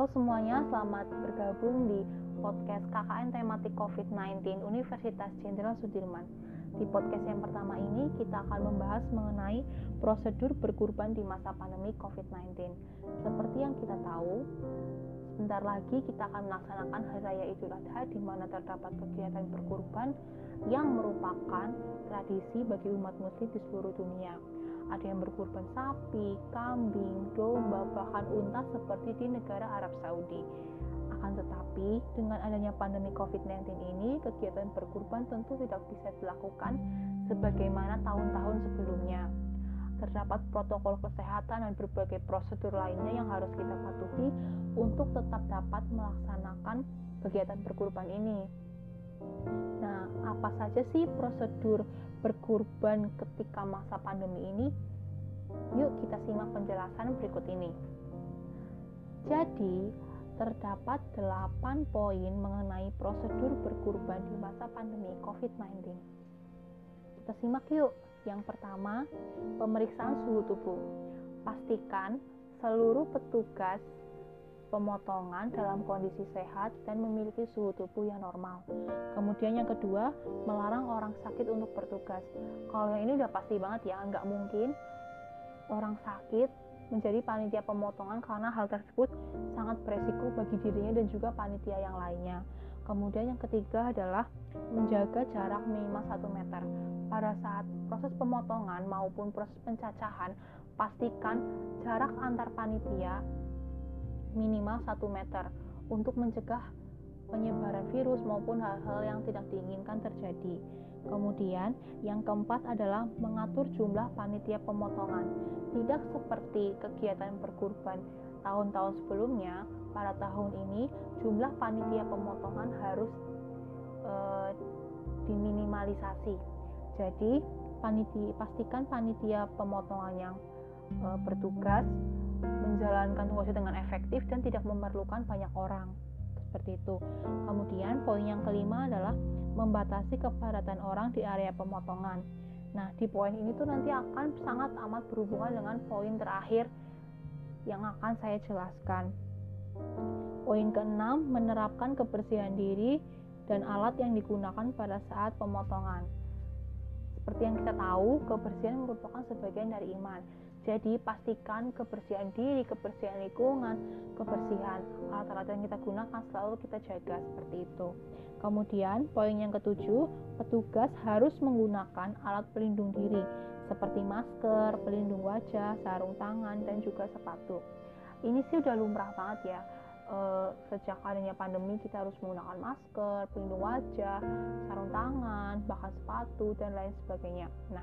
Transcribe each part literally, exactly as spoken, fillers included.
Halo semuanya, selamat bergabung di podcast K K N tematik covid sembilan belas Universitas Jenderal Sudirman. Di podcast yang pertama ini kita akan membahas mengenai prosedur berkurban di masa pandemi covid sembilan belas. Seperti yang kita tahu, sebentar lagi kita akan melaksanakan Hari Raya Idul Adha, di mana terdapat kegiatan berkurban yang merupakan tradisi bagi umat muslim di seluruh dunia. Ada yang berkurban sapi, kambing, domba, bahkan unta seperti di negara Arab Saudi. Akan tetapi, dengan adanya pandemi covid sembilan belas ini, kegiatan berkurban tentu tidak bisa dilakukan sebagaimana tahun-tahun sebelumnya. Terdapat protokol kesehatan dan berbagai prosedur lainnya yang harus kita patuhi untuk tetap dapat melaksanakan kegiatan berkurban ini. Nah, apa saja sih prosedur berkurban ketika masa pandemi ini? Yuk kita simak penjelasan berikut ini. Jadi, terdapat delapan poin mengenai prosedur berkurban di masa pandemi covid sembilan belas. Kita simak yuk. Yang pertama, pemeriksaan suhu tubuh. Pastikan seluruh petugas pemotongan dalam kondisi sehat dan memiliki suhu tubuh yang normal. Kemudian yang kedua, melarang orang sakit untuk bertugas. Kalau yang ini udah pasti banget ya, nggak mungkin orang sakit menjadi panitia pemotongan karena hal tersebut sangat beresiko bagi dirinya dan juga panitia yang lainnya. Kemudian yang ketiga adalah menjaga jarak minimal satu meter. Pada saat proses pemotongan maupun proses pencacahan, pastikan jarak antar panitia minimal satu meter untuk mencegah penyebaran virus maupun hal-hal yang tidak diinginkan terjadi. Kemudian yang keempat adalah mengatur jumlah panitia pemotongan. Tidak seperti kegiatan berkurban tahun-tahun sebelumnya, pada tahun ini jumlah panitia pemotongan harus e, diminimalisasi. Jadi panitia, pastikan panitia pemotongan yang e, bertugas menjalankan tugasnya dengan efektif dan tidak memerlukan banyak orang, seperti itu. Kemudian poin yang kelima adalah membatasi kepadatan orang di area pemotongan. Nah, di poin ini tuh nanti akan sangat amat berhubungan dengan poin terakhir yang akan saya jelaskan. Poin keenam, menerapkan kebersihan diri dan alat yang digunakan pada saat pemotongan. Seperti yang kita tahu, kebersihan merupakan sebagian dari iman. Jadi pastikan kebersihan diri, kebersihan lingkungan, kebersihan alat-alat yang kita gunakan selalu kita jaga seperti itu. Kemudian poin yang ketujuh, petugas harus menggunakan alat pelindung diri seperti masker, pelindung wajah, sarung tangan, dan juga sepatu. Ini sih udah lumrah banget ya. E, sejak adanya pandemi kita harus menggunakan masker, pelindung wajah, sarung tangan, bahkan sepatu dan lain sebagainya. Nah,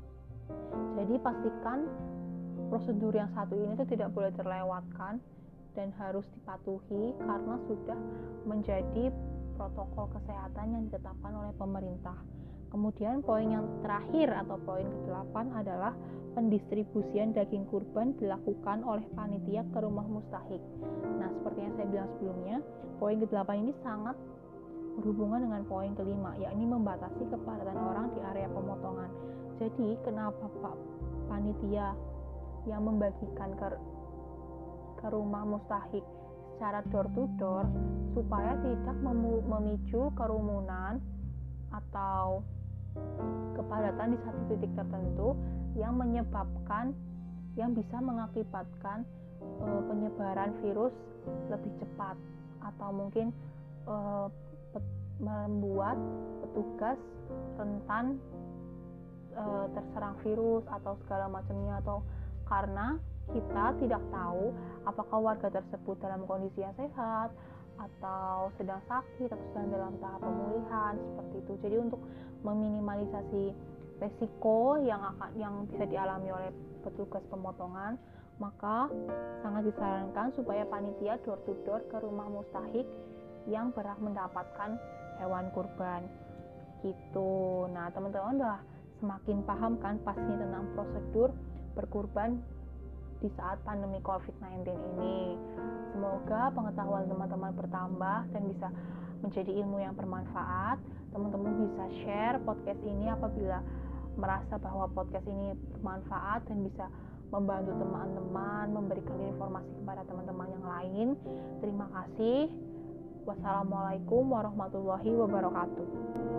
jadi pastikan prosedur yang satu ini tuh tidak boleh terlewatkan dan harus dipatuhi karena sudah menjadi protokol kesehatan yang ditetapkan oleh pemerintah. Kemudian poin yang terakhir atau poin kedelapan adalah pendistribusian daging kurban dilakukan oleh panitia ke rumah mustahik. Nah, seperti yang saya bilang sebelumnya, poin kedelapan ini sangat berhubungan dengan poin kelima, yakni membatasi kepadatan orang di area pemotongan. Jadi, kenapa Pak panitia yang membagikan ke, ke rumah mustahik secara door to door supaya tidak memu, memicu kerumunan atau kepadatan di satu titik tertentu yang menyebabkan yang bisa mengakibatkan e, penyebaran virus lebih cepat atau mungkin e, pet, membuat petugas rentan e, terserang virus atau segala macamnya, atau karena kita tidak tahu apakah warga tersebut dalam kondisi yang sehat atau sedang sakit atau sedang dalam tahap pemulihan, seperti itu. Jadi untuk meminimalisasi resiko yang akan yang bisa dialami oleh petugas pemotongan, maka sangat disarankan supaya panitia door to door ke rumah mustahik yang berhak mendapatkan hewan kurban gitu. Nah, teman-teman udah semakin paham kan pastinya tentang prosedur berkurban di saat pandemi covid sembilan belas ini. Semoga pengetahuan teman-teman bertambah dan bisa menjadi ilmu yang bermanfaat. Teman-teman bisa share podcast ini apabila merasa bahwa podcast ini bermanfaat dan bisa membantu teman-teman, memberikan informasi informasi kepada teman-teman yang lain. Terima kasih. Wassalamualaikum warahmatullahi wabarakatuh.